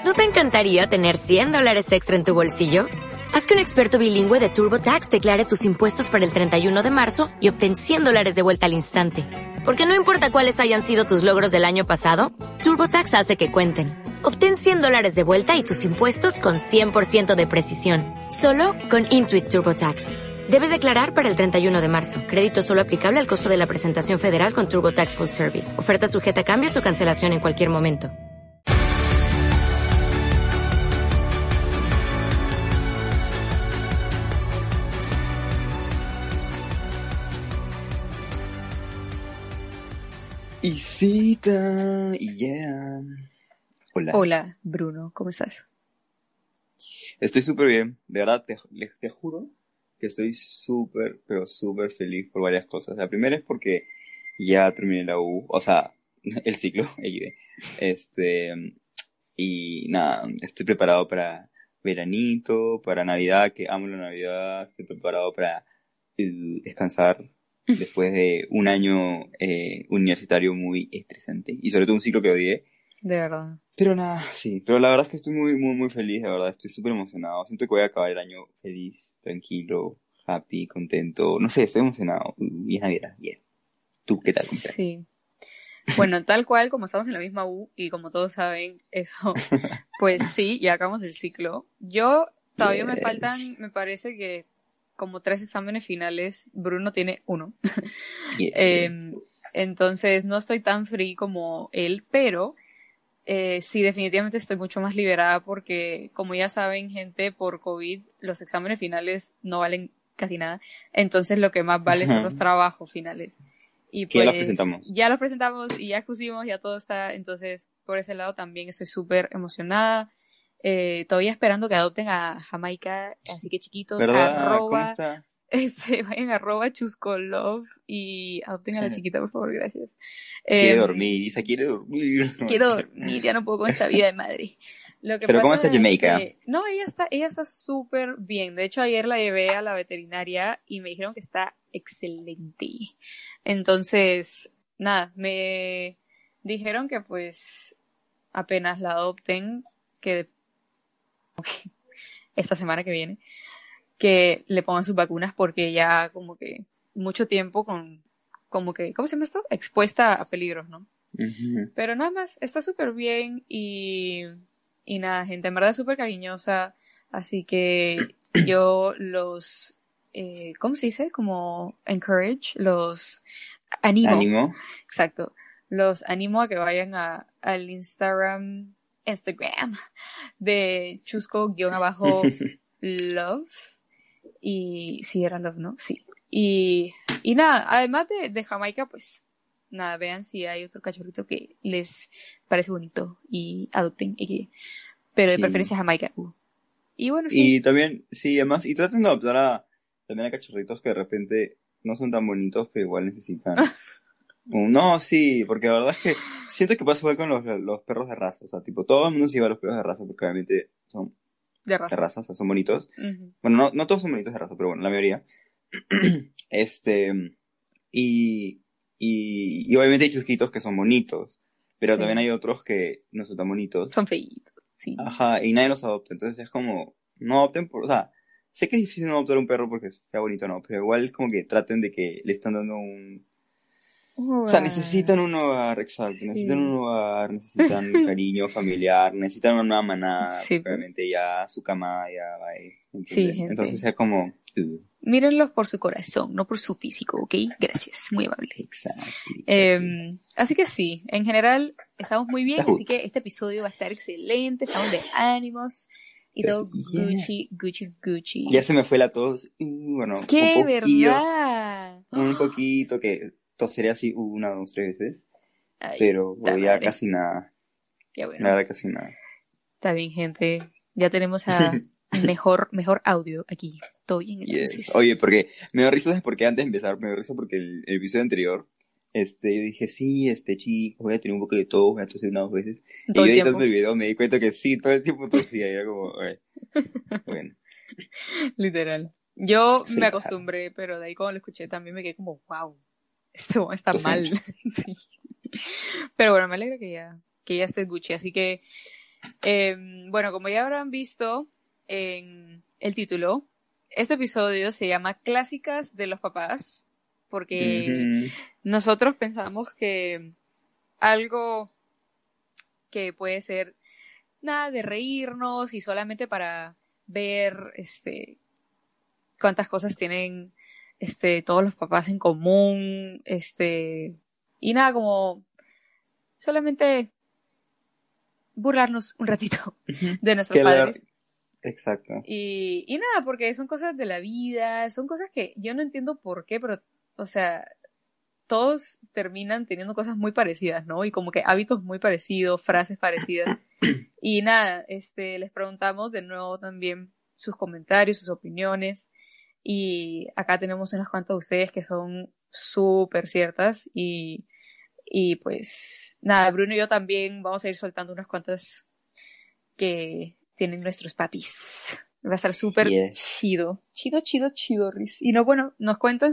¿No te encantaría tener $100 extra en tu bolsillo? Haz que un experto bilingüe de TurboTax declare tus impuestos para el 31 de marzo y obtén $100 de vuelta al instante. Porque no importa cuáles hayan sido tus logros del año pasado, TurboTax hace que cuenten. Obtén $100 de vuelta y tus impuestos con 100% de precisión. Solo con Intuit TurboTax. Debes declarar para el 31 de marzo. Crédito solo aplicable al costo de la presentación federal con TurboTax Full Service. Oferta sujeta a cambios o cancelación en cualquier momento. Isita, yeah. Hola. Hola, Bruno, ¿cómo estás? Estoy súper bien. De verdad, te juro que estoy súper, pero súper feliz por varias cosas. La primera es porque ya terminé la U, o sea, el ciclo, y nada, estoy preparado para veranito, para Navidad, que amo la Navidad. Estoy preparado para descansar después de un año universitario muy estresante y sobre todo un ciclo que odié. De verdad. Pero nada, sí, pero la verdad es que estoy muy, muy, muy feliz, de verdad, estoy súper emocionado. Siento que voy a acabar el año feliz, tranquilo, happy, contento. No sé, estoy emocionado. Y es Navidad, yeah. ¿Tú qué tal? Sí. Bueno, tal cual, como estamos en la misma U y como todos saben eso, pues sí, ya acabamos el ciclo. Yo todavía me faltan, me parece que como 3 exámenes finales. Bruno tiene 1. Entonces no estoy tan free como él, pero sí, definitivamente estoy mucho más liberada porque, como ya saben, gente, por COVID los exámenes finales no valen casi nada. Entonces lo que más vale son los trabajos finales. Y pues ya los presentamos y ya expusimos, ya todo está. Entonces, por ese lado también estoy súper emocionada. Todavía esperando que adopten a Jamaica, así que chiquitos, ¿verdad? ¿Cómo está? Vayan a @chuscolove y adopten a la chiquita, por favor, gracias. Quiere dormir, Isa quiere dormir. Quiero dormir, ya no puedo con esta vida de madre. Lo que Pero pasa ¿cómo está Jamaica? No, ella está súper bien. De hecho, ayer la llevé a la veterinaria y me dijeron que está excelente. Entonces, nada, me dijeron que pues apenas la adopten, que esta semana que viene, que le pongan sus vacunas porque ya como que mucho tiempo como que, ¿cómo se llama esto? Expuesta a peligros, ¿no? Uh-huh. Pero nada más, está súper bien y nada, gente, en verdad es súper cariñosa, así que yo los, ¿cómo se dice? Como encourage, los animo. Exacto, los animo a que vayan al Instagram de Chusco_love y sí, era love, ¿no? Sí. Y nada, además de Jamaica, pues nada, vean si hay otro cachorrito que les parece bonito y adopten, pero de preferencia Jamaica. Y bueno, sí. Y también, sí, además, y traten de adoptar también a cachorritos que de repente no son tan bonitos, pero igual necesitan. No, sí, porque la verdad es que siento que pasa igual con los perros de raza. O sea, tipo, todo el mundo se lleva a los perros de raza porque obviamente son de raza, o sea, son bonitos. Uh-huh. Bueno, no todos son bonitos de raza, pero bueno, la mayoría. Y obviamente hay chusquitos que son bonitos, pero también hay otros que no son tan bonitos. Son feitos, sí. Ajá, y nadie los adopta. Entonces es como, no adopten o sea, sé que es difícil no adoptar un perro porque sea bonito o no, pero igual como que traten de que le están dando o sea, necesitan un hogar, exacto, sí. Necesitan un hogar, necesitan cariño familiar, necesitan una nueva manada, sí, obviamente ya su camada ya va ahí. Sí, gente. Entonces es como... Mírenlos por su corazón, no por su físico, ¿ok? Gracias, muy amable. Exacto. Así que sí, en general estamos muy bien, así que este episodio va a estar excelente, estamos de ánimos y todo Gucci. Ya se me fue la tos, bueno, ¡Qué un poquillo, verdad! Un poquito que toseré así 1, 2, 3 veces, pero ya casi nada. Qué bueno. Nada, casi nada. Está bien, gente, ya tenemos a mejor audio aquí. Todo bien, entonces. Yes. Oye, porque me dio risa, porque antes de empezar, me dio risa porque el episodio anterior, yo dije, sí, chicos, voy a tener un poco de tos, voy a toser 1 o 2 veces. Y yo editando el video me di cuenta que sí, todo el tiempo tosía, y era como, bueno. Literal. Yo me acostumbré, pero de ahí cuando lo escuché también me quedé como, wow, este bomba está mal. Sí. Pero bueno, me alegra que ya estés Gucci, así que Bueno, como ya habrán visto en el título, este episodio se llama Clásicas de los papás, porque Ujú. nosotros pensamos que algo que puede ser nada de reírnos y solamente para ver cuántas cosas tienen todos los papás en común, y nada, como solamente burlarnos un ratito Ujú. de nuestros Que la... padres. Exacto. Y nada, porque son cosas de la vida, son cosas que yo no entiendo por qué, pero, o sea, todos terminan teniendo cosas muy parecidas, ¿no? Y como que hábitos muy parecidos, frases parecidas. Y nada, les preguntamos de nuevo también sus comentarios, sus opiniones. Y acá tenemos unas cuantas de ustedes que son súper ciertas. Y pues nada, Bruno y yo también vamos a ir soltando unas cuantas que tienen nuestros papis. Va a estar súper Yes. chido. Chido, chido, chido, Riz. Y no, bueno, nos cuentan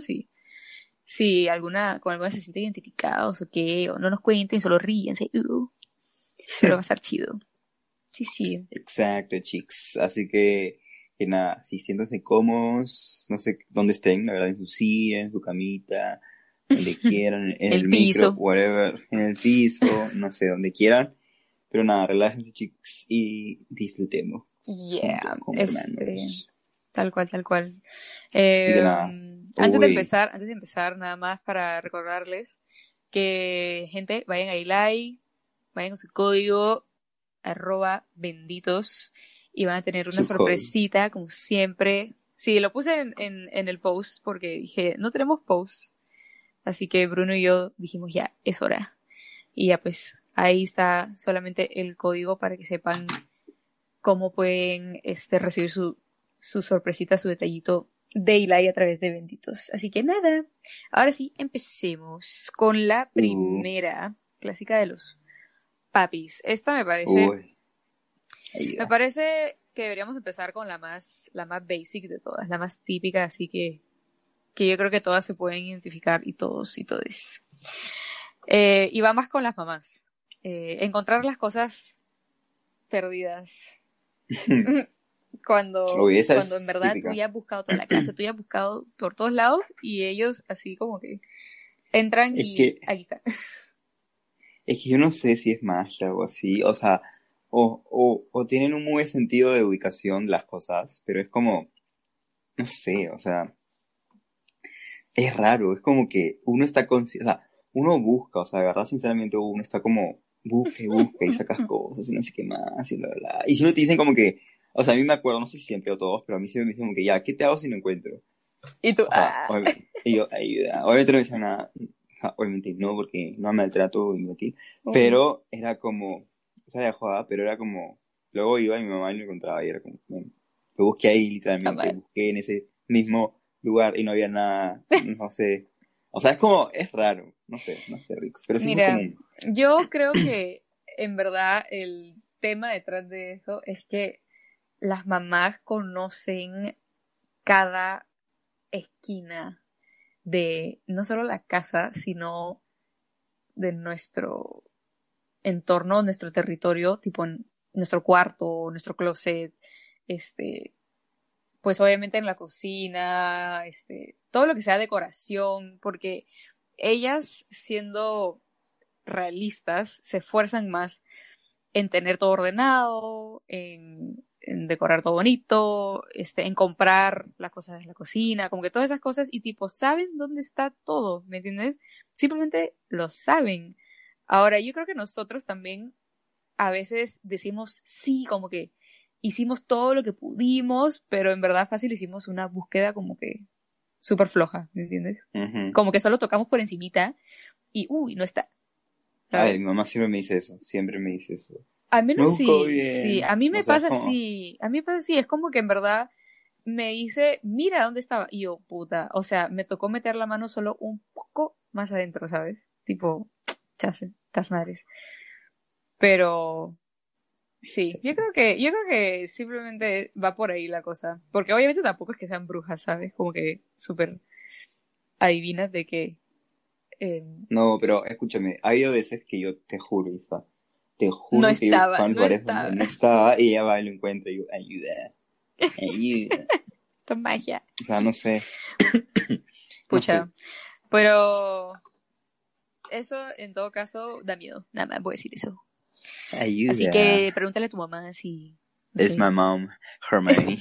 si con alguna se sienten identificados o qué, o no nos cuenten, solo ríense. Pero va a estar chido. Sí, sí. Exacto, chicos. Así que nada, si siéntanse cómodos, no sé dónde estén, la verdad, en su silla, en su camita, donde quieran, en El el micro, piso. whatever, en el piso, no sé, donde quieran. Pero nada, relájense, chicos, y disfrutemos juntos Yeah, como hermanos. tal cual, tal cual. Así que nada, uy, Antes de empezar, nada más para recordarles que, gente, vayan a like, vayan con su código @benditos y van a tener una su code. sorpresita, como siempre. Sí, lo puse en el post porque dije, no tenemos post. Así que Bruno y yo dijimos, ya, es hora. Y ya pues, ahí está solamente el código para que sepan cómo pueden recibir su sorpresita, su detallito de Eli a través de Benditos. Así que nada, ahora sí, empecemos con la Uh, primera clásica de los papis. Esta uy, me ayuda. parece que deberíamos empezar con la más basic de todas, la más típica, así que yo creo que todas se pueden identificar y todos y todes. Y va más con las mamás. Encontrar las cosas perdidas. Uy, esa Cuando en es verdad tú típica. ya has buscado toda la casa, tú ya has buscado por todos lados y ellos así como que entran Es y que ahí está. Es que yo no sé si es magia o así, o sea, o tienen un muy buen sentido de ubicación las cosas, pero es como, no sé, o sea, es raro, es como que uno está o sea, uno busca, o sea, de verdad, sinceramente, uno está como, busca y busca y sacas cosas y no sé qué más y bla, bla, bla. Y si no te dicen como que, o sea, a mí me acuerdo, no sé si siempre o todos, pero a mí siempre me dicen como que, ya, ¿qué te hago si no encuentro? Y tú, O sea, y yo, ayuda. Obviamente no me decían nada, obviamente no, porque no me maltrato inútil, obvio. pero era como, esa era joda, pero era como, luego iba y mi mamá y lo encontraba y era como, "Ven". Lo busqué ahí literalmente, Jamás. busqué en ese mismo lugar y no había nada, no sé. O sea, es como, es raro, no sé, Rix, pero sí es muy Mira, común. yo creo que en verdad el tema detrás de eso es que las mamás conocen cada esquina de no solo la casa, sino de nuestro entorno, nuestro territorio, tipo en nuestro cuarto, nuestro closet, este, pues obviamente en la cocina, todo lo que sea decoración, porque ellas siendo realistas se esfuerzan más en tener todo ordenado, en decorar todo bonito, en comprar las cosas de la cocina, como que todas esas cosas y tipo, saben dónde está todo, ¿me entiendes? Simplemente lo saben. Ahora, yo creo que nosotros también a veces decimos sí, como que hicimos todo lo que pudimos, pero en verdad fácil hicimos una búsqueda como que súper floja, ¿me entiendes? Ujú. Como que solo tocamos por encimita y uy, no está, Ay, mi ¿sabes? mamá siempre me dice eso, siempre me dice eso. Al No menos busco sí, sí, bien, a mí o me sea, es pasa como, así, a mí me pasa así, es como que en verdad me dice, mira dónde estaba, y yo, puta, o sea, me tocó meter la mano solo un poco más adentro, ¿sabes? Tipo, chase, tas madres. Pero sí, chacha. yo creo que simplemente va por ahí la cosa, porque obviamente tampoco es que sean brujas, ¿sabes? Como que súper adivinas de que, eh, No, pero escúchame, ha habido veces que yo te juro, Isa, Te juro No que yo buscaba estaba, en no lugares estaba. donde no estaba y ella va y lo encuentra y yo, ayuda, ayuda. Esto es magia. O sea, no sé. No sé. Pucha. Pero eso en todo caso da miedo. Nada más voy a decir eso. Ayuda. Así que pregúntale a tu mamá si... No It's sé. my mom, Hermione.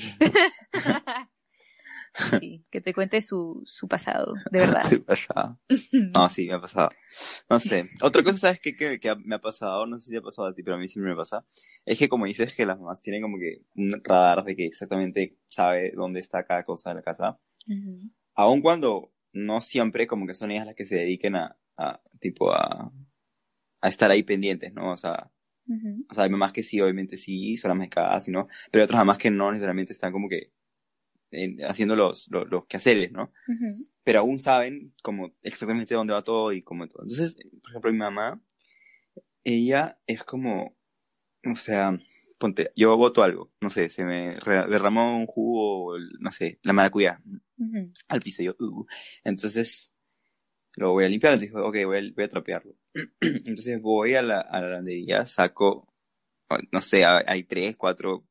Sí, que te cuente su pasado, de verdad. ¿Qué pasaba? No, sí, me ha pasado. No sé. Otra cosa, ¿sabes qué? Que me ha pasado, no sé si te ha pasado a ti, pero a mí siempre me pasa. Es que como dices que las mamás tienen como que un radar de que exactamente sabe dónde está cada cosa de la casa. Ujú. Aun cuando no siempre como que son ellas las que se dediquen tipo a estar ahí pendientes, ¿no? Ujú. O sea, hay mamás que sí, obviamente sí, son las más encargadas, ¿no? Pero hay otras mamás que no necesariamente están como que haciendo los quehaceres, ¿no? Ujú. Pero aún saben como exactamente dónde va todo y cómo todo. Entonces, por ejemplo, mi mamá, ella es como, o sea, ponte, yo boto algo, no sé, se me derramó un jugo, o no sé, la maracuyá Ujú. al piso, yo, entonces lo voy a limpiar, entonces digo, ok, voy a trapearlo. Entonces voy a la lavandería, saco, no sé, hay 3, 4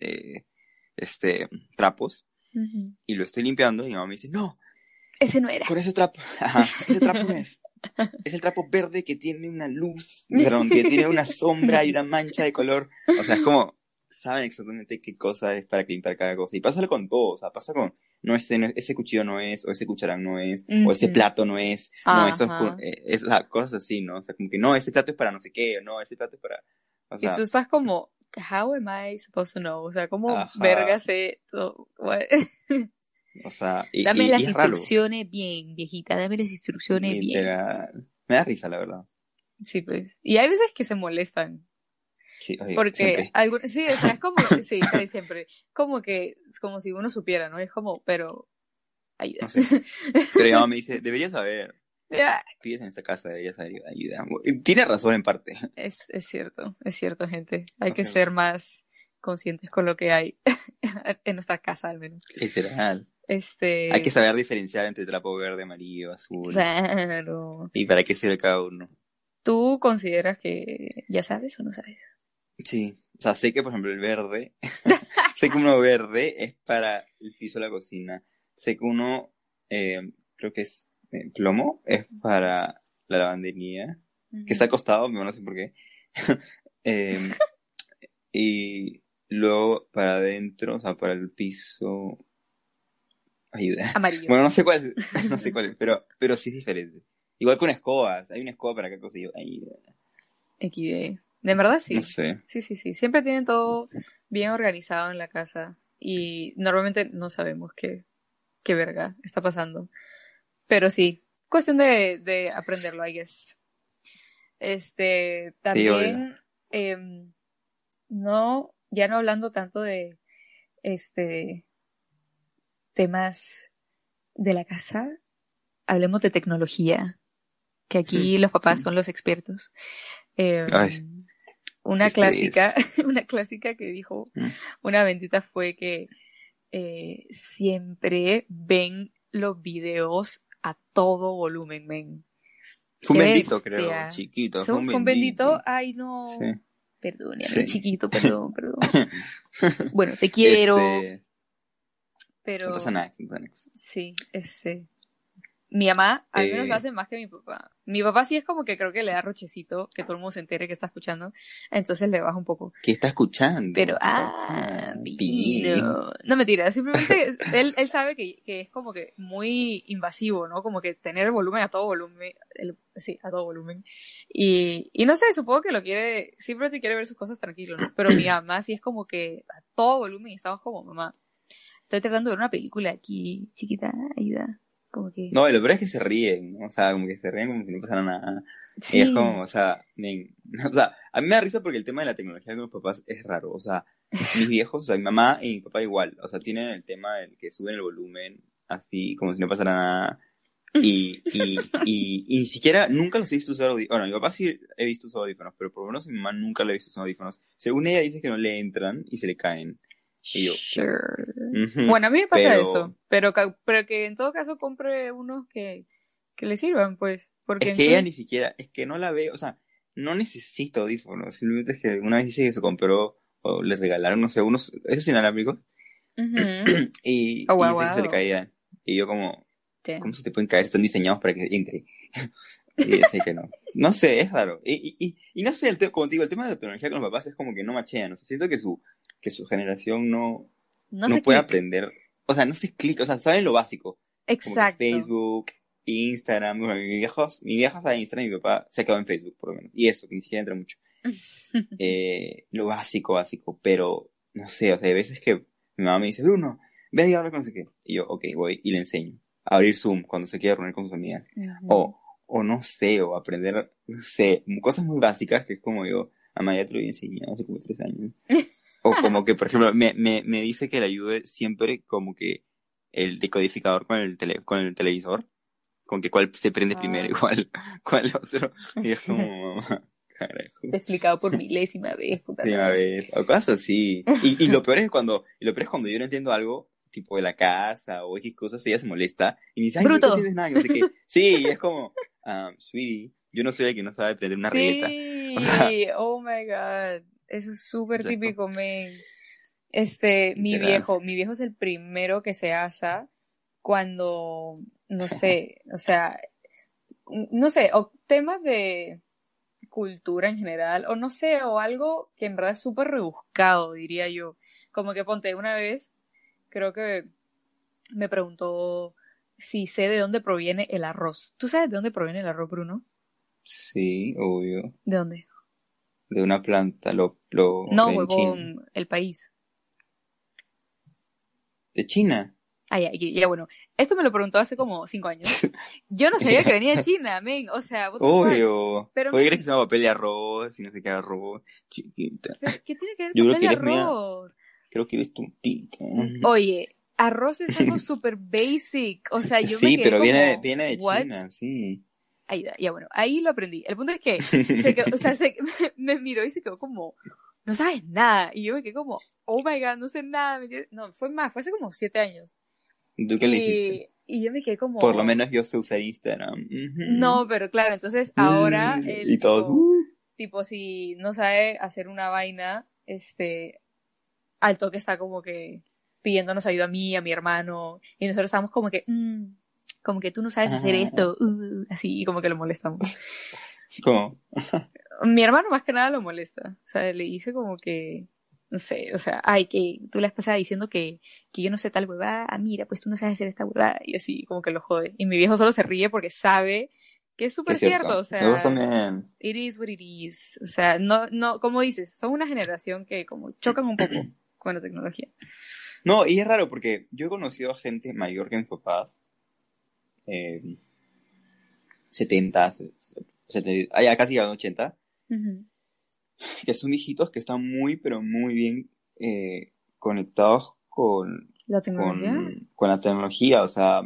trapos, Ujú. y lo estoy limpiando, y mi mamá me dice, no, Ese no era. con ese trapo, ajá, ese trapo no es. Es el trapo verde que tiene una luz, perdón, que tiene una sombra y una Nice. mancha de color. O sea, es como, saben exactamente qué cosa es para limpiar cada cosa. Y pasa con todo, o sea, pasa con, ese cuchillo no es, o ese cucharán no es, o ese Ujú. plato no es, no, Ajá. o sea, cosas así, ¿no? O sea, como que no, ese plato es para no sé qué, o no, ese plato es para, o Y tú sea, estás como, how am I supposed to know? O sea, ¿cómo ajá, verga sé todo? What? o sea, Dame y las es raro, instrucciones bien, viejita, dame las instrucciones bien. literal. Me da risa, la verdad. Sí, pues. Y hay veces que se molestan. Sí, oye, Porque siempre, algunos, sí, o sea, es como, sí, casi siempre. Como que, es como si uno supiera, ¿no? Es como, pero, ayuda. no sé. Pero mi mamá me dice, deberías saber. Ya, Vives en esta casa, deberías ayuda. Tiene razón en parte. es cierto, gente. Hay O que sea, ser más conscientes con lo que hay en nuestra casa, al menos. literal. Hay que Este, saber diferenciar entre trapo verde, amarillo, azul. claro. Y para qué sirve cada uno. ¿Tú consideras que ya sabes o no sabes? Sí. O sea, sé que, por ejemplo, el verde. Sé que uno verde es para el piso de la cocina. Sé que uno, creo que es plomo, es para la lavandería. Que está Ujú. acostado, pero no sé por qué. Eh, y luego para adentro, o sea, para el piso. Ayuda. Amarillo. Bueno, no sé cuál es, no sé cuál es, pero sí es diferente. Igual con escobas, hay una escoba para cada cosa y yo, ayuda. XD. De verdad No sí. sé. Sí, sí, sí. Siempre tienen todo bien organizado en la casa. Y normalmente no sabemos qué verga está pasando. Pero sí, cuestión de aprenderlo, I guess. Sí, obvio. También, no, ya no hablando tanto de, este, temas de la casa, hablemos de tecnología, que aquí los papás son los expertos. Ay, qué Una clásica, estrés. una clásica que dijo Mm. una bendita fue que siempre ven los videos a todo volumen, men. Fue un Qué bendito, creo, bestia. chiquito, fue un Fue un bendito. bendito. Ay, Sí, no. Perdóname, sí. chiquito, perdón, perdón. Bueno, te quiero, Este, no pasa pero nada, no pasa nada. sí, mi mamá al menos lo Eh, hace más que mi papá. Mi papá sí es como que creo que le da rochecito, que todo el mundo se entere que está escuchando, entonces le baja un poco. ¿Qué está Pero, escuchando? Pi. vino. No mentira, simplemente él sabe que es como que muy invasivo, ¿no? Como que tener el volumen a todo volumen, sí, a todo volumen. Y no sé, supongo que lo quiere, simplemente quiere ver sus cosas tranquilo, ¿no? Pero mi mamá sí es como que a todo volumen y estamos como, mamá, estoy tratando de ver una película aquí, chiquita, ayuda. Como que, No, y lo peor es que se ríen, ¿no? O sea, como que se ríen como si no pasara nada. Y es sí. como, o sea, o sea, a mí me da risa porque el tema de la tecnología con mis papás es raro. O sea, mis viejos, o sea, mi mamá y mi papá igual. O sea, tienen el tema del que suben el volumen así, como si no pasara nada. Y ni siquiera, nunca los he visto usar audífonos. Bueno, mi papá sí he visto usar audífonos, pero por lo menos mi mamá nunca lo he visto usar audífonos. Según ella dice que no le entran y se le caen. Y yo, Sure. ujú, Bueno, a mí me pasa pero eso, pero que en todo caso compre unos que le sirvan, pues, porque es que ella incluso... ni siquiera, es que no la ve, o sea, no necesita audífonos, simplemente es que una vez dice que se compró o le regalaron, no sé, unos, esos inalámbricos, Ujú. y, Oh, y wow, dice que se le wow. caían. Y yo como, ¿cómo Damn. se te pueden caer? Están diseñados para que entre. Y dice que no. No sé, es raro. Y no sé, como te digo, el tema de la tecnología con los papás es como que no machean. O sea, siento que su generación No no sé puede clic. aprender. O sea, no se clic, o sea, saben lo básico. Como que Exacto. Facebook, Instagram. Bueno, mi vieja sabe Instagram y mi papá se quedó en Facebook, por lo menos. Y eso, que ni siquiera entra mucho. Lo básico, básico. Pero, no sé, o sea, hay veces que mi mamá me dice, Bruno, ven y habla con no sé qué. Y yo, ok, voy y le enseño. A abrir Zoom cuando se quiere reunir con sus amigas. Ujú. O no sé, o aprender, no sé, cosas muy básicas que es como yo, mamá ya te lo había enseñado hace como 3 años. O como que, por ejemplo, me dice que le ayude siempre como que el decodificador con el televisor, con que cuál se prende primero Ah. igual, cuál otro. Y es como, mamá, carajo. Explicado por milésima vez, puta Sí, a madre. ver, o cosas así. Y lo peor es cuando yo no entiendo algo, tipo de la casa o X cosas, ella se molesta y me dice, ay, no Bruto. entiendes nada, que no sé qué. Sí, y es como, sweetie, yo no soy el que no sabe prender una regleta. O sea, Sí, oh my God. Eso es o súper sea, es como, típico, men. Mi literal. viejo es el primero que se asa cuando, no sé, o sea, no sé, o temas de cultura en general, o no sé, o algo que en verdad es súper rebuscado, diría yo. Como que ponte una vez, creo que me preguntó si sé de dónde proviene el arroz. ¿Tú sabes de dónde proviene el arroz, Bruno? Sí, obvio. ¿De dónde? De una planta, No, en China. huevón, el país. ¿De China? Ah, ya, ya, bueno. Esto me lo preguntó hace como 5 años. Yo no sabía que venía de China, men. O sea, what the fuck. Obvio. Pero, Oye, ¿crees que men, se llama papel de arroz y no sé qué arroz? Chiquita. pero ¿qué tiene que ver Yo creo papel que de eres media, arroz? creo que eres tontita. Oye, arroz es algo súper basic. O sea, yo me Sí, quedé pero viene de, como, viene de ¿what? China, sí. Ahí, ya, bueno, ahí lo aprendí. El punto es que se quedó, o sea, me miró y se quedó como, no sabes nada. Y yo me quedé como, oh my God, no sé nada. ¿me entiendes? No, fue más, fue hace como 7 años. ¿Tú qué le dijiste? Y yo me quedé Por lo como, menos yo sé usar Instagram. Ujú. no, pero claro, entonces ahora Y el todos, tipo, si no sabe hacer una vaina, al toque está como que pidiéndonos ayuda a mí, a mi hermano, y nosotros estamos como que, como que tú no sabes hacer ajá. esto, así, y como que lo molestamos. Como, Mi hermano más que nada lo molesta, o sea, le dice como que, no sé, o sea, ay, que tú le has pasado diciendo que yo no sé tal huevada, ah, mira, pues tú no sabes hacer esta huevada, y así, como que lo jode. Y mi viejo solo se ríe porque sabe que es que súper es cierto, cierto. o Me gusta sea, también. it is what it is. O sea, no, como dices, son una generación que como chocan un poco con la tecnología. No, y es raro porque yo he conocido a gente mayor que mis papás, eh, 70, 70, ya casi a 80, Ujú. que son viejitos que están muy, pero muy bien conectados La tecnología. con la tecnología. O sea,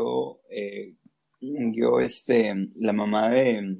yo, la mamá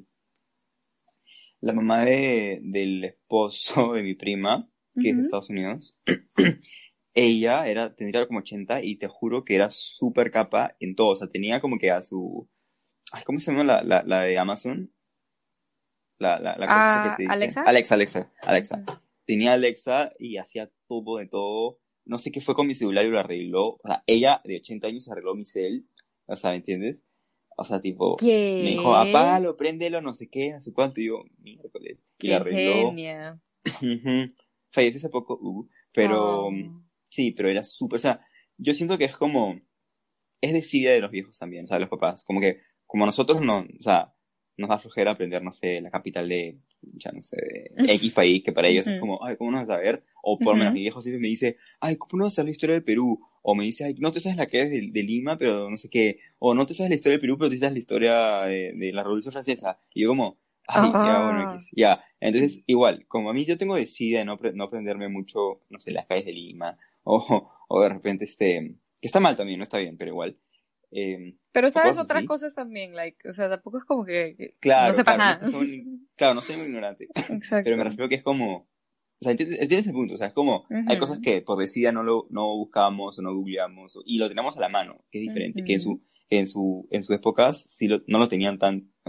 del esposo de mi prima, que es de Ujú. Estados Unidos, ella tendría como 80 y te juro que era súper capa en todo. O sea, tenía como que a su, ay, ¿cómo se llama la de Amazon? La cosa esa que Ah, te dice. Alexa. Alexa. Ujú. Tenía Alexa y hacía todo de todo. No sé qué fue con mi celular y lo arregló. O sea, ella de 80 años arregló mi cel. O sea, ¿me entiendes? O sea, tipo, me dijo, ¿Qué? apágalo, préndelo, no sé qué, no sé cuánto. Y yo, miércoles. Y lo Qué arregló. genia. Ujú. Falleció hace poco, pero Oh. sí, pero era súper. O sea, yo siento que es como, es desidia de los viejos también, o sea, de los papás. Como que, como a nosotros no, o sea, nos da flojera aprender, no sé, la capital de, ya no sé, de X país, que para ellos es Ujú. como, ay, ¿cómo no vas a saber? O por lo menos Ujú. mi viejo siempre me dice, ay, ¿cómo no vas a saber la historia del Perú? O me dice, ay, no te sabes la que es de Lima, pero no sé qué. O no te sabes la historia del Perú, pero te sabes la historia de la Revolución Francesa. Y yo como, ay, ya, bueno, Ah. X, ya. Entonces, igual, como a mí yo tengo desidia de no aprenderme mucho, no sé, las calles de Lima, o de repente, que está mal también, no está bien, pero igual. Pero O sabes cosas otras así. cosas también, like, o sea, tampoco es como que no Claro, sepas claro, no es nada. que claro, no soy muy ignorante, pero me Exacto. refiero que es como, o sea, entiendes el punto, o sea, es como, hay cosas Ujú. que por decida no buscamos o no googleamos, y lo tenemos a la mano, que es diferente, que en Ujú. su, en sus épocas sí no lo tenían tan, o sea,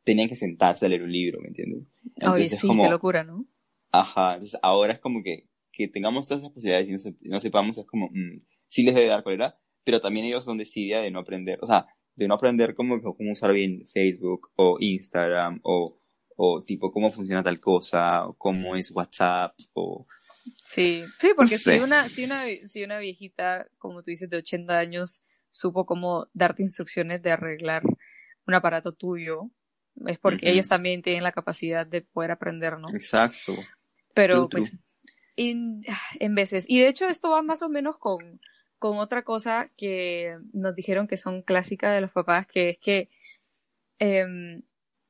tenían que sentarse a leer un libro, ¿me entiendes? Oye, Entonces es sí, qué como, locura, ¿no? ajá, entonces ahora es como que tengamos todas esas posibilidades y no sepamos, es como, sí les debe dar cólera, pero también ellos son desidia de no aprender, o sea, de no aprender cómo usar bien Facebook o Instagram o tipo cómo funciona tal cosa, o cómo es WhatsApp, o Sí, sí, no porque sé. si una viejita, como tú dices, de 80 años, supo cómo darte instrucciones de arreglar un aparato tuyo, es porque ellos Ujú, también tienen la capacidad de poder aprender, ¿no? exacto. True, Pero true. pues en veces. Y de hecho esto va más o menos con otra cosa que nos dijeron que son clásicas de los papás, que es que em,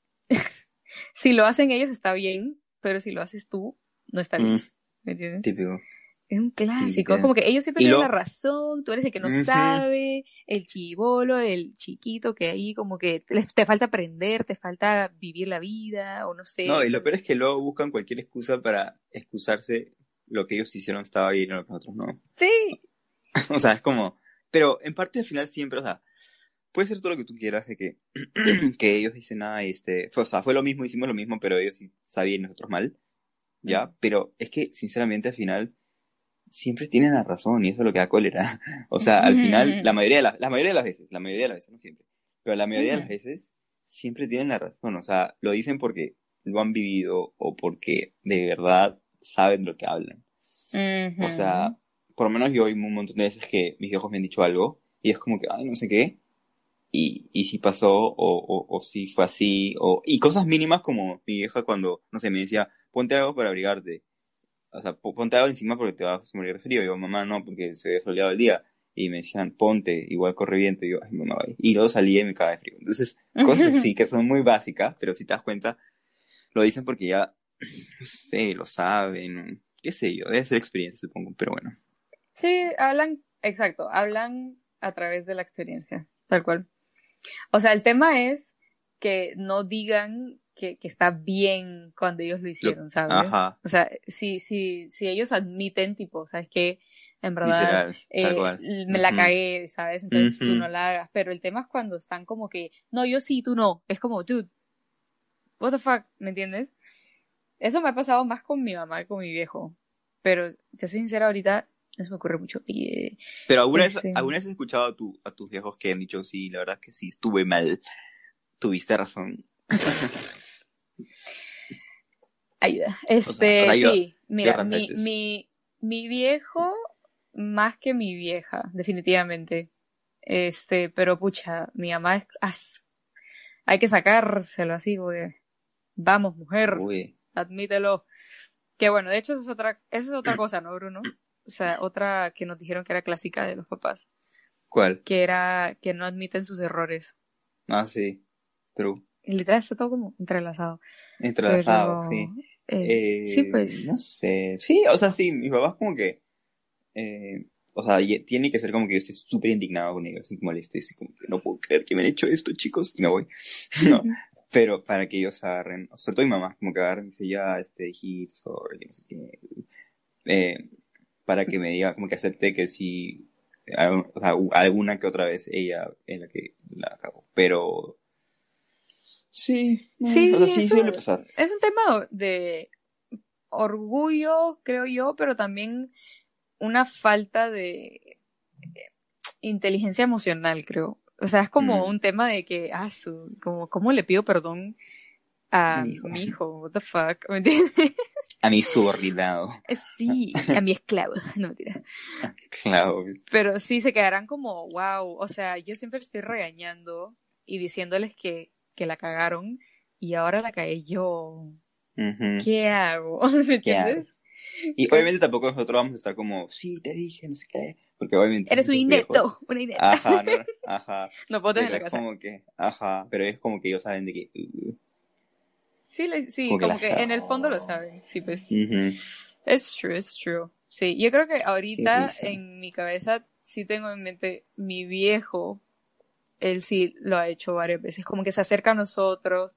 si lo hacen ellos está bien, pero si lo haces tú, no está Mm, bien. ¿Me entiendes? típico. Es un clásico, es Típica. como que ellos siempre Y tienen la lo, razón, tú eres el que no ujú, sabe, el chibolo, el chiquito que ahí como que te falta aprender, te falta vivir la vida, o no no, sé, y lo pero peor es que luego buscan cualquier excusa para excusarse lo que ellos hicieron estaba bien y lo que nosotros no. sí. O sea, es como, pero en parte al final siempre, o sea, puede ser todo lo que tú quieras de que, que ellos dicen, o sea, fue lo mismo, hicimos lo mismo, pero ellos sí sabían y nosotros mal, ¿ya? Ujú. Pero es que, sinceramente, al final, siempre tienen la razón y eso es lo que da cólera. O sea, al final, la mayoría de las veces, la mayoría de las veces, no siempre, pero la mayoría de las Ujú. veces, siempre tienen la razón. O sea, lo dicen porque lo han vivido o porque de verdad saben lo que hablan. O Ujú. sea, por lo menos yo hay un montón de veces que mis viejos me han dicho algo y es como que, ay, no sé qué, y si pasó, o si fue así, y cosas mínimas como mi vieja cuando, no sé, me decía, ponte algo para abrigarte, o sea, ponte algo encima porque te vas a morir de frío, y yo, mamá, no, porque se ve soleado el día, y me decían, ponte, igual corre viento, y yo, ay, mamá, bye. Y luego salía y me cagaba de frío, entonces, cosas así que son muy básicas, pero si te das cuenta, lo dicen porque ya, no sé, lo saben, qué sé yo, debe ser experiencia, supongo, pero bueno. Sí, hablan, exacto, hablan a través de la experiencia, tal cual. O sea, el tema es que no digan que está bien cuando ellos lo hicieron, ¿sabes? Ajá, O sea, si ellos admiten, tipo, ¿sabes qué? En verdad, literal, tal cual. me la Ujú, cagué, ¿sabes? Entonces tú no ujú. la hagas. Pero el tema es cuando están como que, no, yo sí, tú no. Es como, dude, what the fuck, ¿me entiendes? Eso me ha pasado más con mi mamá que con mi viejo. Pero, te soy sincera, ahorita no se me ocurre mucho. Pero Este, alguna vez has escuchado a tus viejos que han dicho, sí, la verdad es que sí, estuve mal, tuviste razón. ayuda. O sea, yo, Sí, qué mira, raras veces. mi viejo más que mi vieja, definitivamente. Pero pucha, mi mamá hay que sacárselo así, güey. Vamos, mujer, Uy, admítelo. Que bueno, de hecho esa es otra cosa, ¿no, Bruno? O sea, otra que nos dijeron que era clásica de los papás, ¿cuál? que era que no admiten sus errores. Ah, sí, true. Y literal está todo como entrelazado. Entrelazado, Pero sí. sí, pues. No sé. Sí, o sea, sí, mis papás como que, o sea, tiene que ser como que yo estoy súper indignado con ellos, así como molesto, y así como que no puedo creer que me han hecho esto, chicos, y me voy. No, pero para que ellos agarren, sobre todo mi mamá, como que agarren y dice, ya, hijito, sorry, no sé qué, eh, para que me diga, como que acepte que sí, o sea, alguna que otra vez ella es la que la cagó, pero sí, o sea, Sí, sí eso suele pasar. es un tema de orgullo, creo yo, pero también una falta de inteligencia emocional, creo. O sea, es como Mm, un tema de que, como, ¿cómo le pido perdón a mi hijo, mi hijo? What the fuck, ¿me entiendes? a mi subordinado, Sí, a mi esclavo, no mentira. claro. Pero sí se quedarán como, wow, o sea, yo siempre estoy regañando y diciéndoles que la cagaron y ahora la cagué yo. Ujú, ¿Qué hago? ¿Me ¿qué hago? entiendes? Y Que obviamente tampoco nosotros vamos a estar como, sí, te dije, no sé qué, porque obviamente eres un nuestros viejos, inepto, una inepta. ajá, no, ajá, No puedo en pero la es casa. como que, ajá, pero es como que ellos saben de que, Sí, sí, como que como las que en cago. el fondo lo saben. Sí, pues. Ujú, Es true, es true. Sí, yo creo que qué ahorita risa. en mi cabeza sí tengo en mente mi viejo. Él sí lo ha hecho varias veces. Como que se acerca a nosotros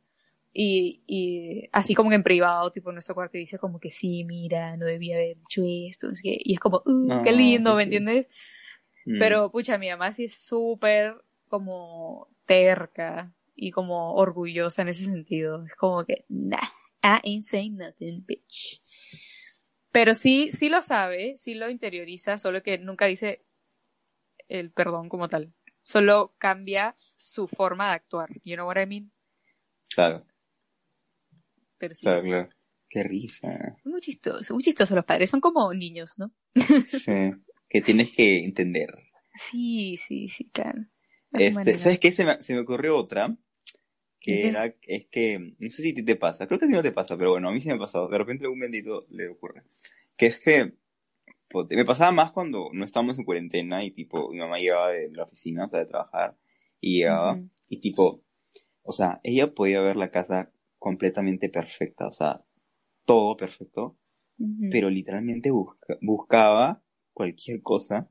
y así como que en privado, tipo en nuestro cuarto, y dice como que sí, mira, no debía haber dicho esto. No sé qué. Y es como, qué No, lindo, qué ¿me cute. entiendes? Mm, Pero pucha, mi mamá sí es súper como terca. y como orgullosa en ese sentido. Es como que, nah, I ain't saying nothing, bitch. Pero sí lo sabe, sí lo interioriza, solo que nunca dice el perdón como tal. Solo cambia su forma de actuar. You know what I mean? Claro, Pero sí. claro. Qué risa. Muy chistoso los padres. Son como niños, ¿no? Sí, que tienes que entender. Sí, claro. A su manera. ¿Sabes qué? Se me ocurrió otra, que ¿Qué? es que, no sé si a ti te pasa, creo que sí no te pasa, pero bueno, a mí sí me ha pasado, de repente a un bendito le ocurre. Que es que, me pasaba más cuando no estábamos en cuarentena y tipo, mi mamá llegaba de la oficina, o sea, de trabajar, y llegaba, Ujú. y tipo, o sea, ella podía ver la casa completamente perfecta, o sea, todo perfecto, Ujú. pero literalmente buscaba cualquier cosa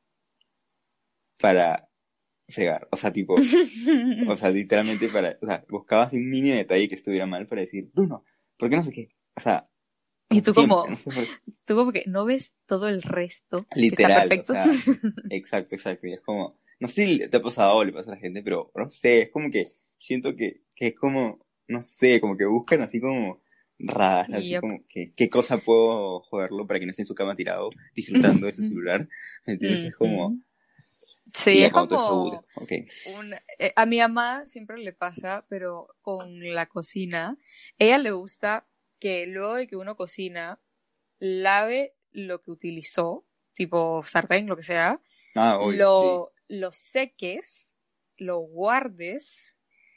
para fregar, o sea, tipo, o sea, literalmente o sea, buscaba así un mini detalle que estuviera mal para decir, Bruno, ¿por qué no sé qué? O Y sea, siempre, no sé tú como que no ves todo el resto que está literal, o perfecto. sea, exacto, y es como, no sé si te ha pasado o le pasa a la gente, pero no sé, es como que siento que es como, no sé, como que buscan así como raras, así Yep. como que, ¿qué cosa puedo joderlo para que no esté en su cama tirado disfrutando de su celular? ¿Me entiendes? Es como, Ujú. y Sí, ya es cuando todo está aburrido, como ok. a mi mamá siempre le pasa, pero con la cocina, ella le gusta que luego de que uno cocina, lave lo que utilizó, tipo sartén, lo que sea, Ah, obvio, sí. lo seques, lo guardes,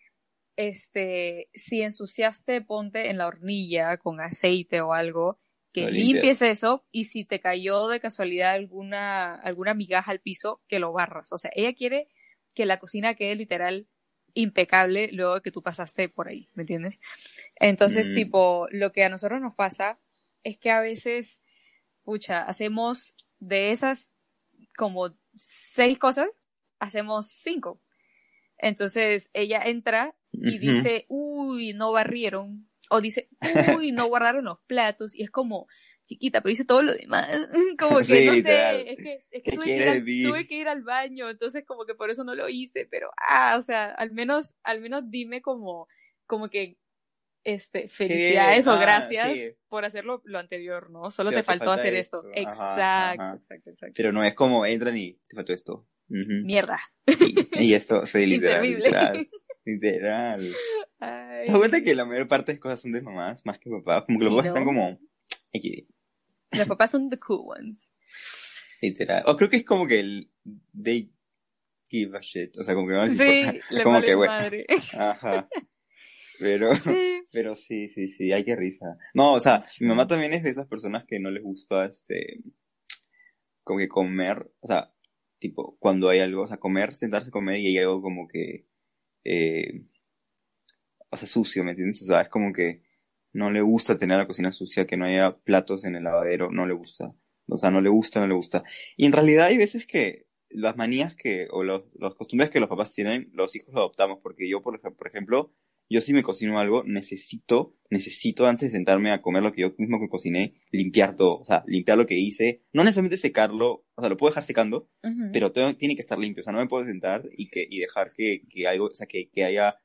si ensuciaste, ponte en la hornilla con aceite o algo, que Lo limpies limpias. eso y si te cayó de casualidad alguna migaja al piso, que lo barras. O sea, ella quiere que la cocina quede literal impecable luego de que tú pasaste por ahí, ¿me entiendes? Entonces, Mm, tipo, lo que a nosotros nos pasa es que a veces, pucha, hacemos de esas como 6 cosas, hacemos 5. Entonces ella entra y ujú. dice, uy, no barrieron. O dice, uy, no guardaron los platos. Y es como, chiquita, pero hice todo lo demás. Como que, Sí, no literal. sé, es que ¿Qué quieres de tuve mí? que ir al baño. Entonces como que por eso no lo hice. Pero, o sea, al menos dime como que, Qué bien. felicidades o Ah, gracias sí. por hacerlo lo anterior, ¿no? Solo te Pero te faltó falta hacer esto. esto. Ajá, Exacto, ajá. exacto, exacto. Pero no es como entran y te faltó esto. Ujú. Mierda. Y esto, sí, literal, Inservible. literal. Literal. ¿Te das cuenta que Ay. la mayor parte de cosas son de mamás más que papás? Como que los Sí, papás están ¿no? como XD, Los papás son the cool ones. literal. O creo que es como que they give a shit. O sea, como que no les importa. Sí, Es le como vale que, bueno, madre. ajá. Pero, Sí. pero sí, hay que risa. No, o sea, That's mi mamá true. también es de esas personas que no les gusta, como que comer, o sea, tipo, cuando hay algo, o sea, comer, sentarse a comer y hay algo como que, eh, o sea, sucio, ¿me entiendes? O sea, es como que no le gusta tener la cocina sucia, que no haya platos en el lavadero, no le gusta. O sea, no le gusta. Y en realidad hay veces que las manías o los costumbres que los papás tienen, los hijos lo adoptamos, porque yo, por ejemplo, yo si me cocino algo, necesito antes de sentarme a comer lo que yo mismo que cociné, limpiar todo, o sea, limpiar lo que hice, no necesariamente secarlo, o sea, lo puedo dejar secando, Ujú. pero tiene que estar limpio, o sea, no me puedo sentar y dejar que algo, o sea, que haya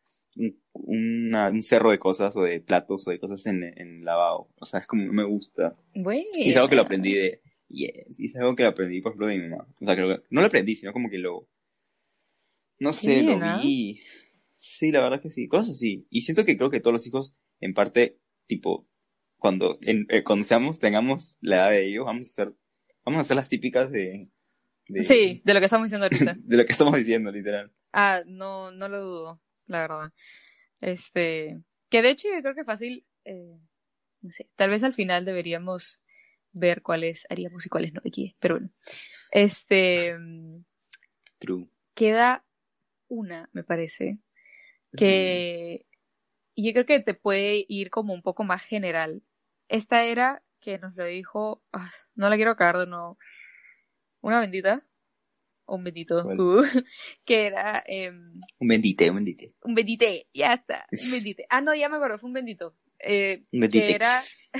un cerro de cosas o de platos o de cosas en el lavado. O sea, es como no me gusta. Y es algo que lo Buena. aprendí y es algo que lo aprendí, por ejemplo, de mi mamá. O sea, creo que no lo aprendí, sino como que no Qué sé, lo bien, ¿ah? vi. Sí, la verdad que sí, cosas así. Y siento que creo que todos los hijos, en parte, tipo, cuando tengamos la edad de ellos, vamos a hacer las típicas Sí, de, de lo que estamos diciendo ahorita. de lo que estamos diciendo, literal. No, no lo dudo, la verdad. Que de hecho yo creo que fácil, no sé, tal vez al final deberíamos ver cuáles haríamos y cuáles no aquí, pero bueno. Este, mm, True. queda una, me parece, Ujú. que y yo creo que te puede ir como un poco más general. Esta era que nos lo dijo, no la quiero cagar de nuevo, una bendita, o un bendito, ¿Cuál? que era Un bendite. un bendite, ya está, un bendite. No, ya me acuerdo, fue un bendito. Un Que bendite.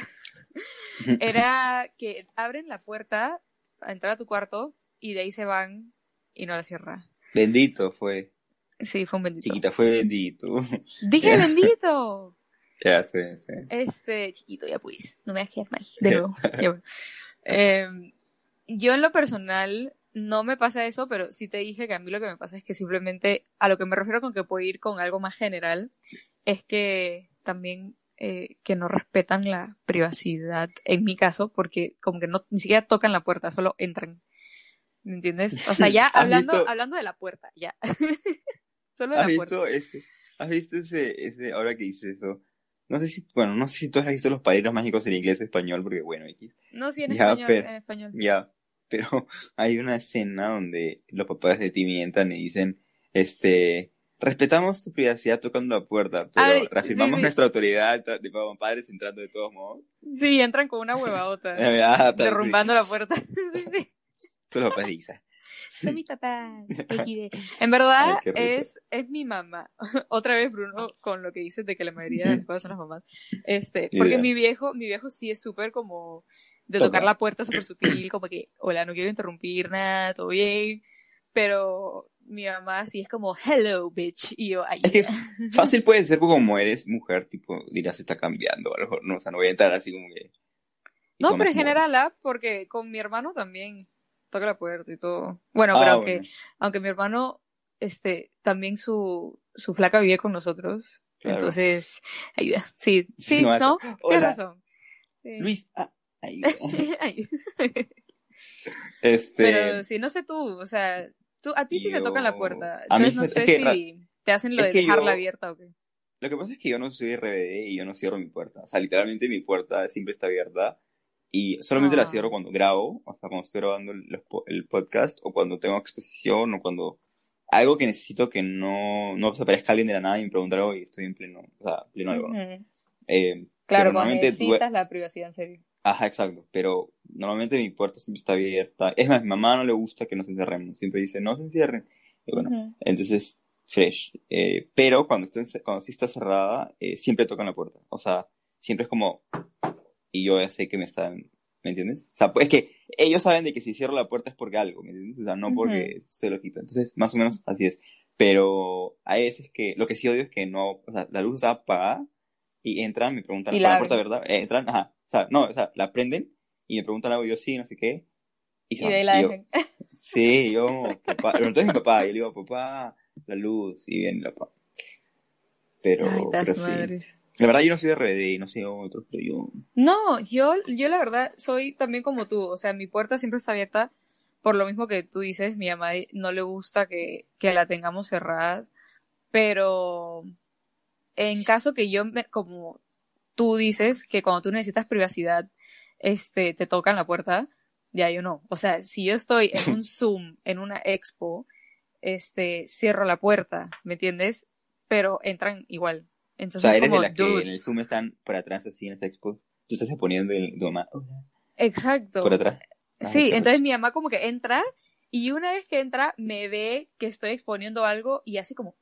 era que abren la puerta a entrar a tu cuarto y de ahí se van y no la cierran. Bendito fue. Sí, fue un bendito. Chiquita, fue bendito. ¡Dije bendito! Ya sé. Chiquito, ya pues, no me hagas quedar mal, de nuevo. Ya, bueno. Yo en lo personal no me pasa eso, pero sí te dije que a mí lo que me pasa es que simplemente, a lo que me refiero con que puedo ir con algo más general, es que también que no respetan la privacidad, en mi caso, porque como que no ni siquiera tocan la puerta, solo entran. ¿Me entiendes? O sea, ya hablando de la puerta, ya. Solo de la puerta. ¿Has visto ese, ahora que dices eso? No sé si tú has visto Los Padrinos Mágicos en inglés o español, porque bueno, X. No, sí, en Ya, español. Ya, pero hay una escena donde los papás de Timmy entran y dicen, respetamos tu privacidad tocando la puerta, pero Ay, reafirmamos sí. nuestra autoridad de padres entrando de todos modos. Sí, entran con una huevadota, derrumbando la puerta. Sí. Son los papás de Isa. Son mis papás. En verdad, es mi mamá. Otra vez, Bruno, con lo que dices de que la mayoría de las cosas son las mamás. Porque mi viejo sí es súper como de tocar la puerta súper sutil, como que, hola, no quiero interrumpir nada, todo bien. Pero mi mamá sí es como, hello, bitch. Y yo, ay. Es que fácil puede ser como eres mujer, tipo, dirás, se está cambiando, a lo mejor, no, o sea, no voy a entrar así como que... No, pero en general, porque con mi hermano también toca la puerta y todo. Bueno, pero aunque mi hermano, también su flaca vive con nosotros. Claro. Entonces, ayuda. Sí, ¿no? Tienes razón. Sí. Luis, ayuda. Pero sí, no sé tú, o sea, a ti sí te tocan la puerta. Entonces no sé si te hacen lo de dejarla abierta o qué. Lo que pasa es que yo no soy RBD y yo no cierro mi puerta. O sea, literalmente mi puerta siempre está abierta. Y solamente la cierro cuando grabo, o sea, cuando estoy grabando el podcast, o cuando tengo exposición, o cuando algo que necesito que no se aparezca alguien de la nada y me preguntar algo y estoy en pleno algo. Claro, cuando necesitas la privacidad en serio. Ajá, exacto, pero normalmente mi puerta siempre está abierta. Es más, a mi mamá no le gusta que nos encerremos, siempre dice, no se encierren. Y bueno, entonces, fresh. Pero cuando sí está cerrada, siempre tocan la puerta. O sea, siempre es como... Y yo ya sé que ¿me entiendes? O sea, pues es que ellos saben de que si cierro la puerta es porque algo, ¿me entiendes? O sea, no porque se lo quito. Entonces, más o menos así es. Pero hay veces que, lo que sí odio es que no, o sea, la luz está apagada y entran, me preguntan, ¿con la puerta, verdad? Entran, ajá, o sea, la prenden y me preguntan algo, yo sí, no sé qué. Y de ahí la dejan. Sí, papá, pero entonces mi papá, y le digo, papá, la luz, y viene la papá. Pero sí. Madres. La verdad yo no soy de RBD, no sé otros, pero yo... No, yo la verdad soy también como tú, o sea, mi puerta siempre está abierta, por lo mismo que tú dices, mi mamá no le gusta que la tengamos cerrada, pero en caso que como tú dices, que cuando tú necesitas privacidad, te tocan la puerta, ya yo no, o sea, si yo estoy en un Zoom, en una expo, cierro la puerta, ¿me entiendes? Pero entran igual. Entonces, o sea, eres de las que en el Zoom están por atrás así en esta expo. Tú estás poniendo tu mamá. Hola. Exacto. Por atrás. Sí, entonces mi mamá como que entra y una vez que entra me ve que estoy exponiendo algo y hace como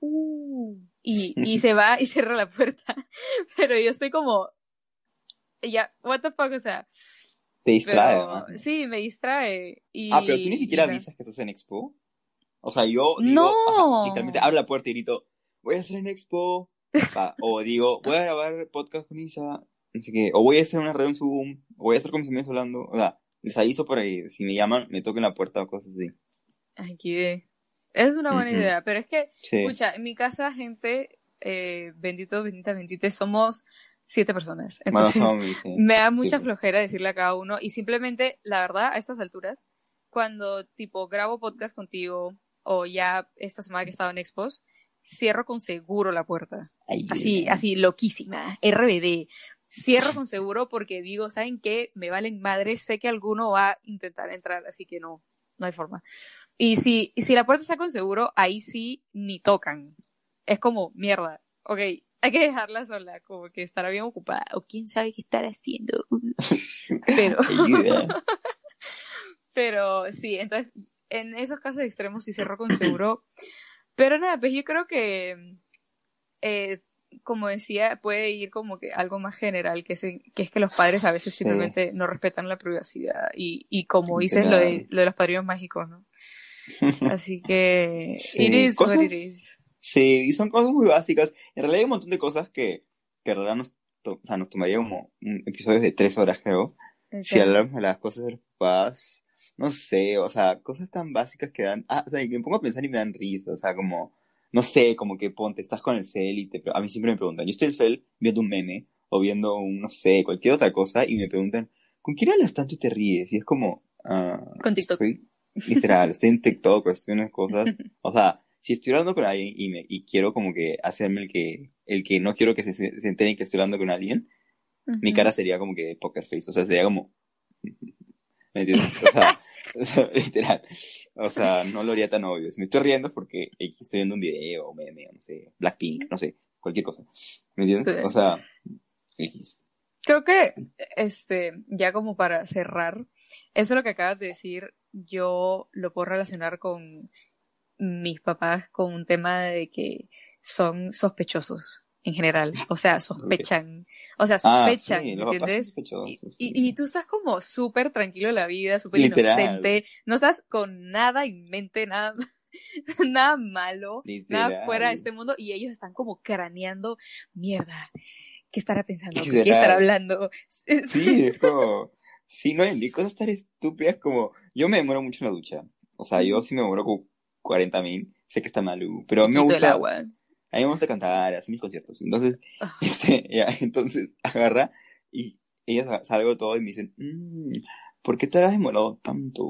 y se va y cierra la puerta. Pero yo estoy como ya, what the fuck, o sea. Te distrae, además. Sí, me distrae. Pero tú ni siquiera avisas que estás en expo. O sea, yo digo, no. literalmente abro la puerta y grito, voy a estar en expo. O digo, voy a grabar podcast con Isa, no sé qué, o voy a hacer una reunión Zoom, o voy a estar con mis amigos hablando, o sea, les aviso por ahí, si me llaman, me toquen la puerta o cosas así. Ay, qué es una buena idea, pero es que, escucha, en mi casa, gente, bendita, somos 7 personas, entonces me da mucha flojera decirle a cada uno, y simplemente, la verdad, a estas alturas, cuando, tipo, grabo podcast contigo, o ya esta semana que estaba en Expos, cierro con seguro la puerta. Así, loquísima. RBD. Cierro con seguro porque digo, ¿saben qué? Me valen madres, sé que alguno va a intentar entrar, así que no hay forma. Y si la puerta está con seguro, ahí sí ni tocan. Es como, mierda, ok, hay que dejarla sola, como que estará bien ocupada, o quién sabe qué estará haciendo. Pero sí, entonces, en esos casos extremos sí cierro con seguro. Pero nada, pues yo creo que, como decía, puede ir como que algo más general, que es que los padres a veces simplemente no respetan la privacidad y como dices, lo de los padrinos mágicos, ¿no? Así que, it is what it is. Sí, y son cosas muy básicas. En realidad hay un montón de cosas que en realidad o sea, nos tomaría como un episodio de 3 horas, creo. Si Literal. hablamos de las cosas de los papás, no sé, o sea, cosas tan básicas que dan, o sea, y me pongo a pensar y me dan risa, o sea, como, no sé, como que ponte, estás con el cel y a mí siempre me preguntan, yo estoy en el cel viendo un meme o viendo un, no sé, cualquier otra cosa y me preguntan, ¿con quién hablas tanto y te ríes? Y es como, Con TikTok. estoy, literal, estoy en TikTok o estoy en unas cosas, o sea, si estoy hablando con alguien y quiero como que hacerme el que no quiero que se enteren que estoy hablando con alguien, mi Ujú. cara sería como que de poker face, o sea, sería como, ¿me entiendes? O sea, literal. O sea, no lo haría tan obvio. Si me estoy riendo es porque estoy viendo un video, meme, o no sé, Blackpink, no sé, cualquier cosa. ¿Me entiendes? O Sí. sea, X. Creo que, ya como para cerrar, eso lo que acabas de decir, yo lo puedo relacionar con mis papás con un tema de que son sospechosos en general. O sea, Ok. sospechan, Sí, ¿me los papás son entiendes? sospechosos, Y sí. tú estás como súper tranquilo en la vida, súper Literal, inocente, no estás con nada en mente, nada, nada malo, nada fuera de literal, este mundo, y ellos están como craneando, mierda, ¿qué estará pensando? ¿Qué estará literal. hablando? Sí, es como, sí, no hay cosas tan estúpidas como, yo me demoro mucho en la ducha. O sea, yo sí me demoro como 40.000, sé que está mal, pero a mí me Chiquito el gusta. agua. A mí me gusta cantar, hacer mis conciertos. Entonces, Ah, ya, entonces agarra y ella salgo todo y me dicen, ¿por qué te has demorado tanto?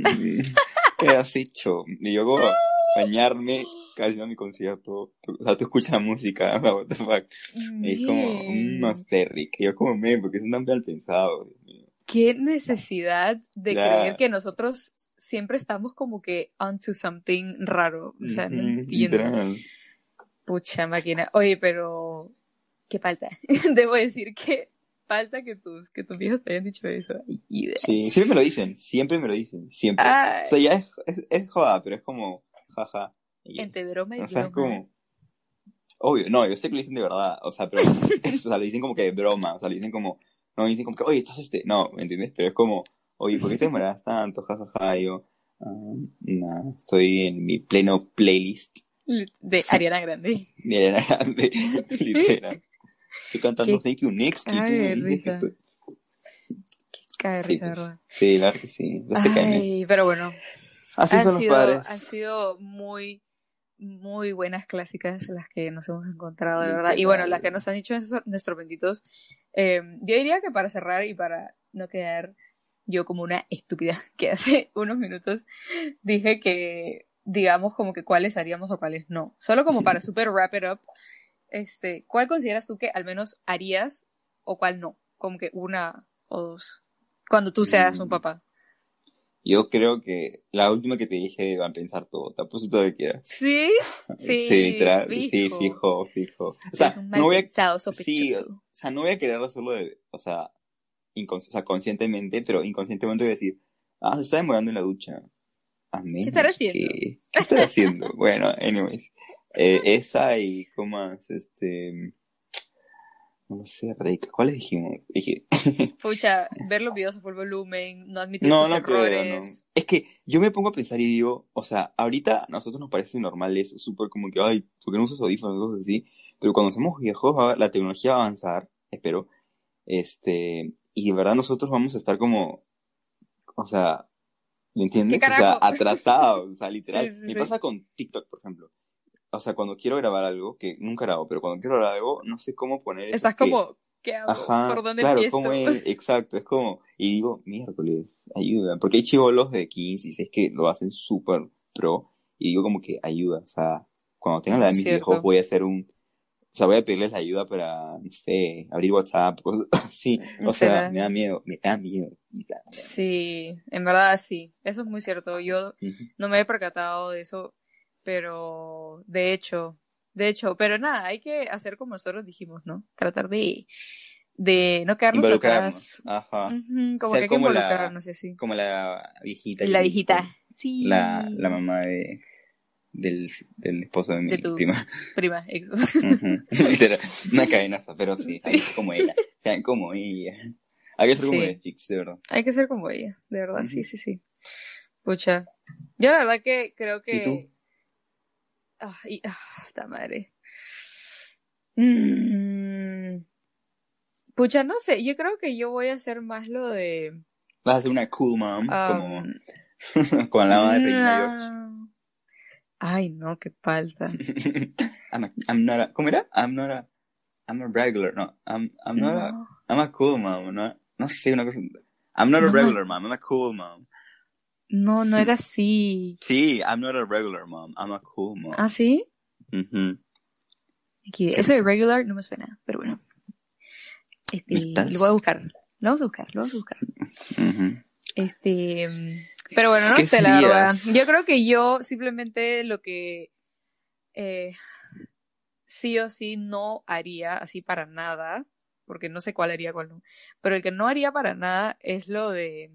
¿Qué has hecho? Y yo como bañarme, casi no mi concierto. O sea, tú escuchas la música, what the fuck. Y es como, no men. sé, Rick. Y yo como, porque son tan mal pensados, Dios mío. Qué necesidad de creer Ya, que nosotros siempre estamos como que onto something raro. O sea, no entiendo. literal. Pucha máquina. Oye, pero qué falta. Debo decir que falta que tus viejos te hayan dicho eso. Ay, Sí, siempre me lo dicen, siempre me lo dicen, siempre. O ay, sea, ya es joda, pero es como, jaja. Y ya. entre broma y O sea, es broma. como, obvio, no, yo sé que lo dicen de verdad, o sea, pero, o sea, lo dicen como que de broma, o sea, lo dicen como, no, dicen como que, oye, estás no, ¿me entiendes? Pero es como, oye, ¿por qué te demoras tanto? Jajaja, y yo, nada, estoy en mi pleno playlist De Ariana Grande. de Ariana Grande, literal. Estoy cantando Qué Thank You Next, y tú cague me de dices que risa. estoy. Cague de Sí, risa, pues, ¿verdad? sí, la verdad que sí, los te caen bien. Ay, pero bueno. Así son los Han padres, sido muy, muy buenas clásicas las que nos hemos encontrado, de verdad. Y bueno, las que literal. nos han dicho nuestros benditos. Yo diría que para cerrar y para no quedar yo como una estúpida que hace unos minutos dije que digamos como que cuáles haríamos o cuáles no. Solo como para super wrap it up, ¿cuál consideras tú que al menos harías o cuál no? Como que una o dos. Cuando tú seas un Mm, papá. Yo creo que la última que te dije va a pensar todo, te apuesto todo lo que quieras. ¿Sí? Sí, Sí, literal, sí, fijo. fijo, fijo. O Eres sea, un no mal voy a, pensado, sí, o sospechoso. sea, no voy a querer hacerlo o sea, o sea, conscientemente, pero inconscientemente voy a decir, se está demorando en la ducha. A ¿Qué estará menos haciendo? que, ¿qué estará haciendo? Bueno, anyways, esa y, ¿cómo más? No sé, Rick, ¿cuáles dijimos? Dije, Pucha, ver los videos a full volumen, no admitir no, tus no creo, no. errores. Es que yo me pongo a pensar y digo, o sea, ahorita a nosotros nos parece normal eso, súper como que, ay, ¿por qué no usas audífonos? Cosas así. Pero cuando somos viejos, la tecnología va a avanzar, espero, y de verdad nosotros vamos a estar como, o sea, ¿me ¿Qué entiendes? O sea, carajo? atrasados, o sea, Sí, literal. sí, Me sí. pasa con TikTok, por ejemplo. O sea, cuando quiero grabar algo, que nunca grabo, pero cuando quiero grabar algo, no sé cómo poner eso Estás que. como, ¿qué hago? Ajá, ¿Por dónde claro, como empiezo? es, exacto, es como, y digo, miércoles, ayuda, porque hay chibolos de 15 y 16 que lo hacen súper pro, y digo como que ayuda, o sea, cuando tenga Es la edad muy de mis viejos cierto. voy a hacer o sea, voy a pedirles la ayuda para, no sé, abrir WhatsApp, cosas así, o sea, Será. me da miedo, Isa, me da miedo. Sí, en verdad sí. Eso es muy cierto. Yo Ujú. no me he percatado de eso, pero de hecho, pero nada, hay que hacer como nosotros dijimos, ¿no? Tratar de no quedarnos Involucrarnos, atrás. ajá, Ujú, como que ser hay que involucrarnos y así. como la viejita que La le dijo viejita, la sí, mamá del esposo de de mi tu prima. prima, ex. Ujú. Literal, una cadenaza, pero sí, hay Sí, que ser como ella. Sean como ella. Hay que ser como ella, sí, chicos, de verdad. hay que ser como ella, de verdad, sí, Ujú. sí, sí. Pucha, yo la verdad que creo ¿Y tú? que esta madre. Pucha, no sé, yo creo que yo voy a hacer más lo de... Vas a ser una cool mom, como con la mamá de Regina George. Ay, no, qué falta. I'm not a, ¿cómo era? I'm a regular, no. I'm a cool mom, no sé, una cosa. I'm not a regular mom, I'm a cool mom. No era así. Sí, I'm not a regular mom, I'm a cool mom. ¿Ah, sí? Aquí, eso de regular no me suena, pero bueno. Lo voy a buscar. Lo vamos a buscar. Pero bueno, no sé, la verdad. Yo creo que yo simplemente lo que sí o sí no haría así para nada, porque no sé cuál haría, cuál no, pero el que no haría para nada es lo de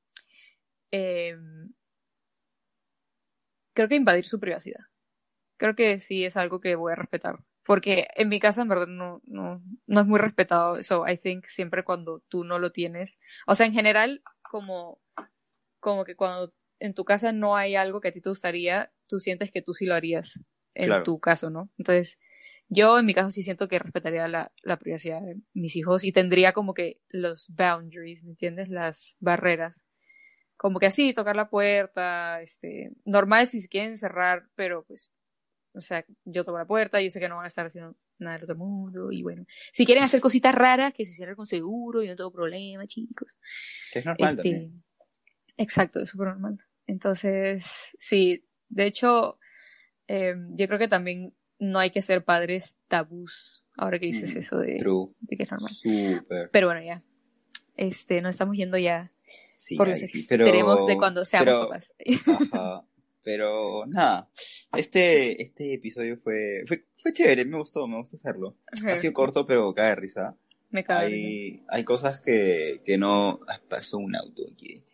creo que invadir su privacidad. Creo que sí es algo que voy a respetar. Porque en mi casa en verdad no es muy respetado. So I think siempre cuando tú no lo tienes. O sea, en general, como que cuando en tu casa no hay algo que a ti te gustaría, tú sientes que tú sí lo harías en tu caso, ¿no? Entonces, yo en mi caso sí siento que respetaría la privacidad de mis hijos y tendría como que los boundaries, ¿me entiendes? Las barreras. Como que así, tocar la puerta, normal si se quieren cerrar, pero pues, o sea, yo toco la puerta, yo sé que no van a estar haciendo nada del otro mundo, y bueno, si quieren hacer cositas raras, que se cierren con seguro, y no tengo problema, chicos. Que es normal también. Exacto, es súper normal. Entonces, sí, de hecho, yo creo que también no hay que ser padres tabús, ahora que dices eso de que es normal. Súper. Pero bueno, ya, nos estamos yendo ya. Sí, por los extremos de cuando seamos papás. Ajá, pero nada, este episodio fue chévere, me gustó hacerlo. Ha sido corto, pero cae de risa. Me cae hay cosas que no... pasó un auto aquí.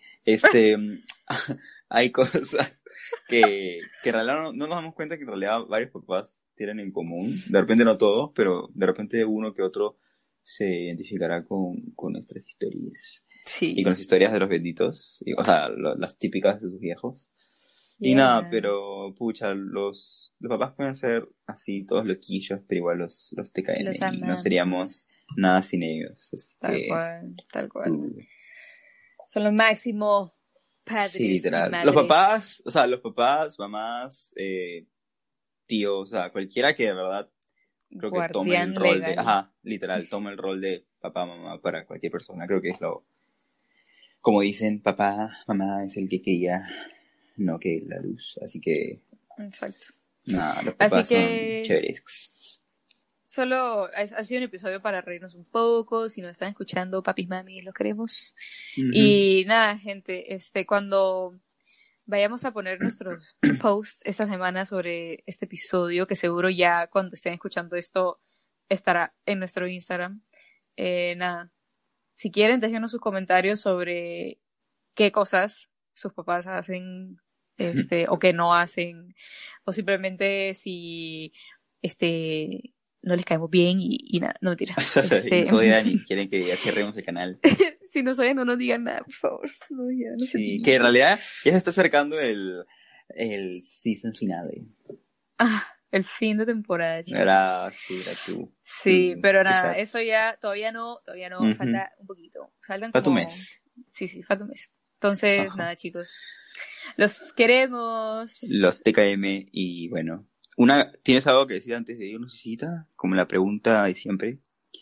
Hay cosas que en realidad no nos damos cuenta que en realidad varios papás tienen en común. De repente no todos, pero de repente uno que otro se identificará con nuestras historias. Sí. Y con las historias de los benditos, o sea, las típicas de sus viejos. Y nada, pero pucha, los papás pueden ser así, todos loquillos, pero igual los TKM, y no seríamos nada sin ellos. Tal cual. Son los máximos padres. Sí, literal. Los papás, mamás, tíos, o sea, cualquiera que de verdad creo que tome el rol tome el rol de papá, mamá para cualquier persona. Creo que es como dicen, papá, mamá es el que guía, no que la luz. Así que... Exacto. Nada, los papás son chéveres. Solo ha sido un episodio para reírnos un poco. Si nos están escuchando, papis, mamis, los queremos. Y nada, gente, cuando vayamos a poner nuestros posts esta semana sobre este episodio, que seguro ya cuando estén escuchando esto estará en nuestro Instagram. Nada. Si quieren, déjenos sus comentarios sobre qué cosas sus papás hacen, o que no hacen, o simplemente si, no les caemos bien y nada, no mentira. Si nos odian y quieren que ya cerremos el canal. Si nos odian, no nos digan nada, por favor. No sí, que en realidad ya se está acercando el season finale. El fin de temporada, chicos. Era tú. Sí, pero nada, eso ya, todavía no, falta un poquito. Falta un mes. Sí, falta un mes. Entonces, nada, chicos. Los queremos. Los TKM y bueno. ¿Tienes algo que decir antes de irnos, Cita? Como la pregunta de siempre.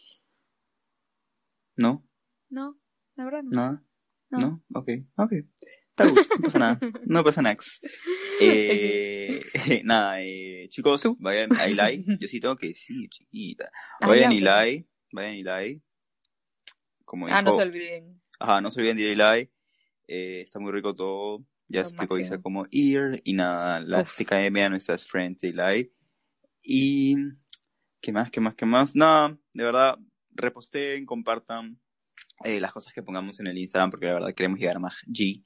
¿No? No, la verdad no. ¿No? Ok. No pasa nada. Nada, chicos, vayan a Eli. Yo sí tengo que decir, chiquita. Vayan a Eli. Como dijo, no se olviden. No se olviden de ir a Eli. Está muy rico todo. Ya explicó Isa cómo ir. Y nada, las TKM a nuestras friends de Eli. Y... ¿Qué más? Nada, de verdad, reposteen, compartan las cosas que pongamos en el Instagram, porque la verdad queremos llegar a más G.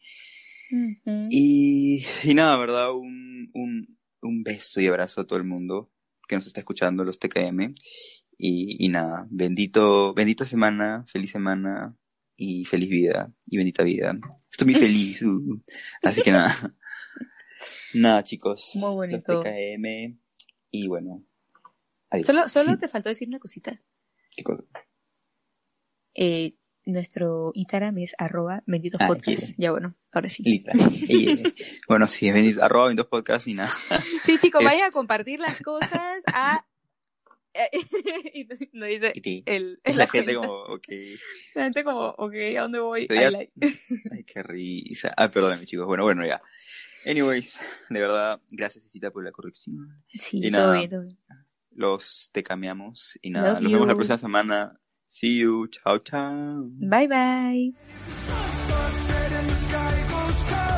Y nada, verdad, un beso y abrazo a todo el mundo que nos está escuchando, los TKM. Y nada, bendita semana, feliz semana y feliz vida y bendita vida. Estoy muy feliz. Así que nada, chicos. Muy bonito. Los TKM Y bueno, adiós. Solo te faltó decir una cosita. ¿Qué cosa? Nuestro Instagram es @benditospodcast. Yes. Ya bueno, ahora sí. Literal. Bueno, sí, es @benitospodcast y nada. Sí, chicos, vayan a compartir las cosas y no dice Es la gente como, ok. La gente como, ok, ¿a dónde voy? Ay, qué risa. Perdóname, chicos. Bueno, ya. Anyways, de verdad, gracias, Cita, por la corrección. Sí, y todo nada, bien, todo bien. Los te cambiamos. Y nada, Love nos vemos la you. próxima semana. See you. Chao, chao. Bye, bye. Sunset in the sky goes cold.